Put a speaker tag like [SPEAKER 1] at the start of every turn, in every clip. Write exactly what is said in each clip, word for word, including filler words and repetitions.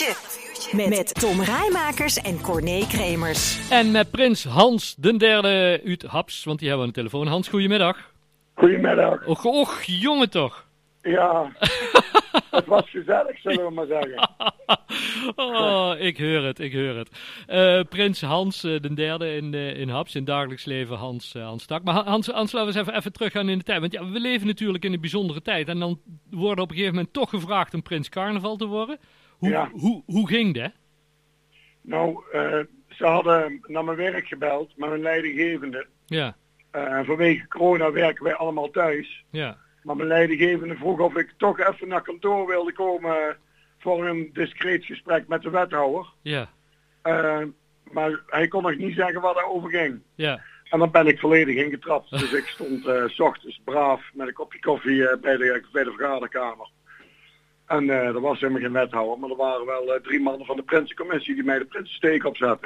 [SPEAKER 1] uurtje. Met, met Tom Rijmakers en Corné Kremers.
[SPEAKER 2] En met prins Hans den derde uit Haps, want die hebben we aan de telefoon. Hans, goedemiddag.
[SPEAKER 3] Goedemiddag.
[SPEAKER 2] Och, och jongen toch.
[SPEAKER 3] Ja, het was gezellig, zullen we maar zeggen.
[SPEAKER 2] Oh, ik hoor het, ik hoor het. Uh, prins Hans uh, den derde in, uh, in Haps, in dagelijks leven Hans, uh, Hans Tak. Maar Hans, Hans, laten we eens even, even teruggaan in de tijd. Want ja, we leven natuurlijk in een bijzondere tijd. En dan worden op een gegeven moment toch gevraagd om prins carnaval te worden. Hoe,
[SPEAKER 3] Ja.
[SPEAKER 2] hoe, hoe ging dat?
[SPEAKER 3] Nou, uh, ze hadden naar mijn werk gebeld, met mijn leidinggevende.
[SPEAKER 2] Ja,
[SPEAKER 3] Uh, vanwege corona werken wij allemaal thuis.
[SPEAKER 2] ja,
[SPEAKER 3] Maar mijn leidinggevende vroeg of ik toch even naar kantoor wilde komen voor een discreet gesprek met de wethouder.
[SPEAKER 2] ja,
[SPEAKER 3] Uh, maar hij kon nog niet zeggen waar dat over ging.
[SPEAKER 2] ja.
[SPEAKER 3] En dan ben ik volledig ingetrapt. Dus ik stond uh, 's ochtends braaf met een kopje koffie uh, bij, de, bij de vergaderkamer. En uh, er was helemaal geen wethouder, maar er waren wel uh, drie mannen van de Prinsencommissie die mij de Prinsensteek opzetten.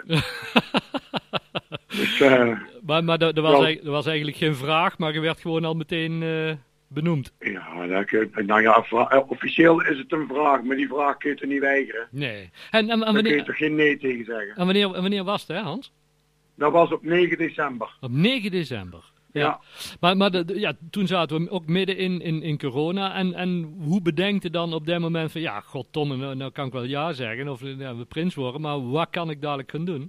[SPEAKER 3] dus, uh,
[SPEAKER 2] Maar, maar er, er, was
[SPEAKER 3] wel,
[SPEAKER 2] eigenlijk, er was eigenlijk geen vraag, maar je werd gewoon al meteen uh, benoemd.
[SPEAKER 3] ja, dat, nou ja, vra- officieel is het een vraag, maar die vraag kun je er niet weigeren.
[SPEAKER 2] Nee. En, en, en,
[SPEAKER 3] Daar kun je
[SPEAKER 2] wanneer,
[SPEAKER 3] er geen nee tegen zeggen.
[SPEAKER 2] en, wanneer, en wanneer was het, hè, Hans?
[SPEAKER 3] Dat was op negen december.
[SPEAKER 2] Op negen december. Ja.
[SPEAKER 3] Ja.
[SPEAKER 2] Maar, maar de, de- ja, toen zaten we ook midden in, in, in corona. En, en hoe bedenkt je dan op dat moment van... Ja, goddomme, nou, nou kan ik wel ja zeggen of ja, we prins worden. Maar wat kan ik dadelijk gaan doen?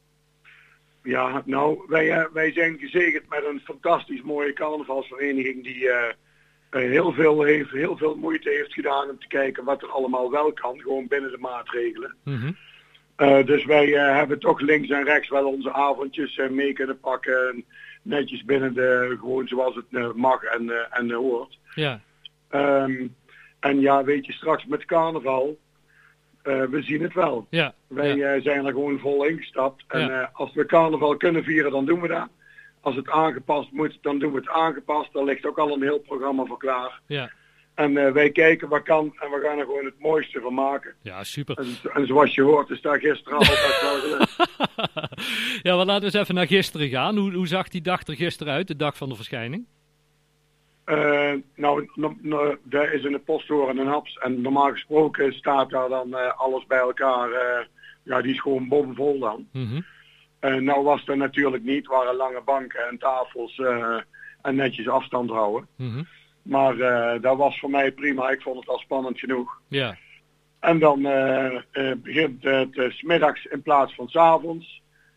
[SPEAKER 3] Ja, nou, wij, uh, wij zijn gezegend met een fantastisch mooie carnavalsvereniging die uh, uh, heel, veel heeft, heel veel moeite heeft gedaan om te kijken wat er allemaal wel kan, gewoon binnen de maatregelen.
[SPEAKER 2] Mhm.
[SPEAKER 3] Uh, dus wij uh, hebben toch links en rechts wel onze avondjes uh, mee kunnen pakken, en netjes binnen de, gewoon zoals het uh, mag en, uh, en uh, hoort.
[SPEAKER 2] Ja,
[SPEAKER 3] Um, en ja, weet je, straks met carnaval, uh, we zien het wel.
[SPEAKER 2] ja,
[SPEAKER 3] Wij
[SPEAKER 2] ja,
[SPEAKER 3] uh, zijn er gewoon vol ingestapt. En
[SPEAKER 2] Ja.
[SPEAKER 3] uh, als we carnaval kunnen vieren, dan doen we dat. Als het aangepast moet, dan doen we het aangepast. Daar ligt ook al een heel programma voor klaar.
[SPEAKER 2] ja.
[SPEAKER 3] En uh, wij kijken wat kan en we gaan er gewoon het mooiste van maken.
[SPEAKER 2] Ja, super.
[SPEAKER 3] En, en zoals je hoort, is daar gisteren altijd wel gelukt.
[SPEAKER 2] Ja, maar laten we eens even naar gisteren gaan. Hoe, hoe zag die dag er gisteren uit, de dag van de verschijning?
[SPEAKER 3] Uh, nou, no, no, daar is in de posthoren en Haps. En normaal gesproken staat daar dan uh, alles bij elkaar. Uh, ja, die is gewoon bomvol dan.
[SPEAKER 2] Mhm.
[SPEAKER 3] Uh, nou was dat natuurlijk niet. Het waren lange banken en tafels uh, en netjes afstand houden.
[SPEAKER 2] Mhm.
[SPEAKER 3] Maar uh, dat was voor mij prima. Ik vond het al spannend genoeg.
[SPEAKER 2] Ja,
[SPEAKER 3] En dan uh, uh, begint het uh, 's middags in plaats van 's avonds.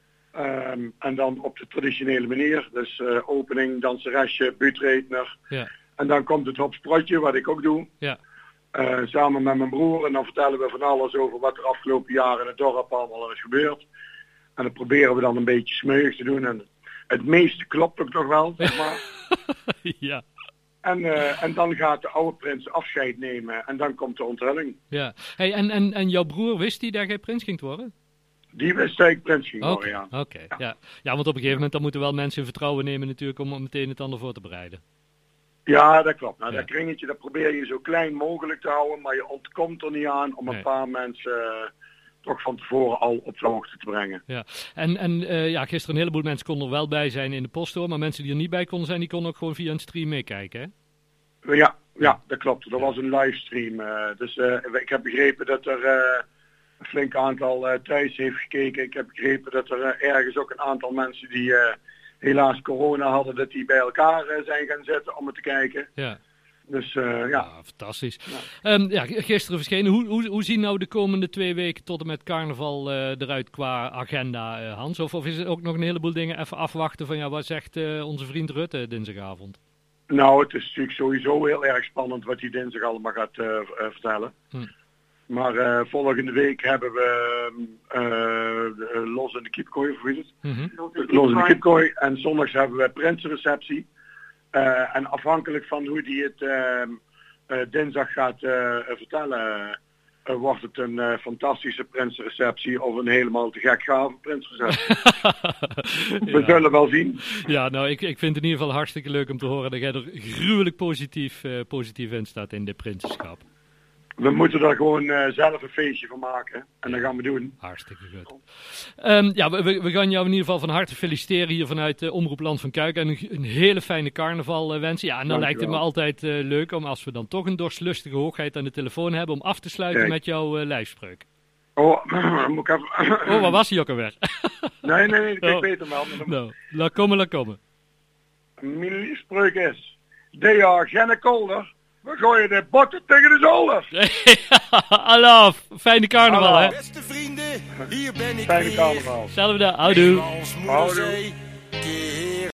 [SPEAKER 3] Um, en dan op de traditionele manier. Dus uh, opening, danseresje, buurtredner.
[SPEAKER 2] ja,
[SPEAKER 3] En dan komt het hopsprotje, wat ik ook doe.
[SPEAKER 2] ja,
[SPEAKER 3] Uh, samen met mijn broer. En dan vertellen we van alles over wat er afgelopen jaren in het dorp allemaal is gebeurd. En dat proberen we dan een beetje smeuig te doen. En het meeste klopt ook nog wel, zeg maar.
[SPEAKER 2] ja.
[SPEAKER 3] En, uh, en dan gaat de oude prins afscheid nemen. En dan komt de onthulling.
[SPEAKER 2] Ja. Hey, en, en, en jouw broer, wist hij dat jij prins ging worden?
[SPEAKER 3] Die wist dat ik prins ging
[SPEAKER 2] Oké,
[SPEAKER 3] worden, ja.
[SPEAKER 2] oké, ja. Ja, want op een gegeven moment dan moeten wel mensen in vertrouwen nemen natuurlijk om meteen het ander voor te bereiden.
[SPEAKER 3] Ja, dat klopt. Nou,
[SPEAKER 2] Ja.
[SPEAKER 3] dat kringetje, dat probeer je zo klein mogelijk te houden. Maar je ontkomt er niet aan om
[SPEAKER 2] Nee.
[SPEAKER 3] een paar mensen uh, toch van tevoren al op de hoogte te brengen.
[SPEAKER 2] Ja. En, en uh, ja, gisteren een heleboel mensen konden er wel bij zijn in de posthoor, maar mensen die er niet bij konden zijn, die konden ook gewoon via een stream meekijken, hè?
[SPEAKER 3] Ja, ja, dat klopt. Er
[SPEAKER 2] Ja.
[SPEAKER 3] was een livestream. Uh, dus uh, ik heb begrepen dat er uh, een flink aantal uh, thuis heeft gekeken. Ik heb begrepen dat er uh, ergens ook een aantal mensen die uh, helaas corona hadden, dat die bij elkaar uh, zijn gaan zitten om het te kijken.
[SPEAKER 2] Ja.
[SPEAKER 3] Dus uh, ja.
[SPEAKER 2] Ja, fantastisch. Ja. Um, ja, gisteren verschenen. Hoe, hoe, hoe zien nou de komende twee weken tot en met carnaval uh, eruit qua agenda, uh, Hans? Of, of is het ook nog een heleboel dingen even afwachten van ja, wat zegt uh, onze vriend Rutte dinsdagavond?
[SPEAKER 3] Nou, het is natuurlijk sowieso heel erg spannend wat hij dinsdag allemaal gaat uh, uh, vertellen.
[SPEAKER 2] Hm.
[SPEAKER 3] Maar uh, volgende week hebben we uh, uh, Los in de Kiepkooi, of hoe is het?
[SPEAKER 2] Mm-hmm.
[SPEAKER 3] Los in de Kiepkooi. En zondags hebben we Prinsenreceptie. Uh, en afhankelijk van hoe die het uh, uh, dinsdag gaat uh, vertellen, uh, wordt het een uh, fantastische Prinsenreceptie of een helemaal te gek gave Prinsenreceptie. We
[SPEAKER 2] Ja.
[SPEAKER 3] zullen wel zien.
[SPEAKER 2] Ja, nou, ik, ik vind het in ieder geval hartstikke leuk om te horen dat jij er gruwelijk positief, uh, positief in staat in dit prinsenschap.
[SPEAKER 3] We moeten er gewoon uh, zelf een feestje van maken. En dat gaan we doen.
[SPEAKER 2] Hartstikke goed. Um, ja, we, we gaan jou in ieder geval van harte feliciteren hier vanuit uh, Omroep Land van Kuik. En een, een hele fijne carnaval uh, wensen. Ja, en dan
[SPEAKER 3] Dankjewel.
[SPEAKER 2] lijkt het me altijd uh, leuk om als we dan toch een dorstlustige hoogheid aan de telefoon hebben om af te sluiten
[SPEAKER 3] Kijk.
[SPEAKER 2] met jouw uh, lijfspreuk.
[SPEAKER 3] Oh, moet ik even...
[SPEAKER 2] Oh, waar was hij ook alweer?
[SPEAKER 3] nee, nee, nee, ik
[SPEAKER 2] Oh.
[SPEAKER 3] weet hem wel. Maar
[SPEAKER 2] Nou, laat komen, laat komen.
[SPEAKER 3] mijn liefspreuk is... De jaar geen kolder. We gooien de botten tegen de zolder.
[SPEAKER 2] Alaf, fijne carnaval,
[SPEAKER 3] Hallo.
[SPEAKER 2] hè?
[SPEAKER 4] Beste vrienden, hier ben ik
[SPEAKER 3] Fijne
[SPEAKER 4] weer.
[SPEAKER 3] carnaval.
[SPEAKER 2] Zelfde, houdoe.
[SPEAKER 4] Als
[SPEAKER 3] Houdoe.
[SPEAKER 4] moederzee keert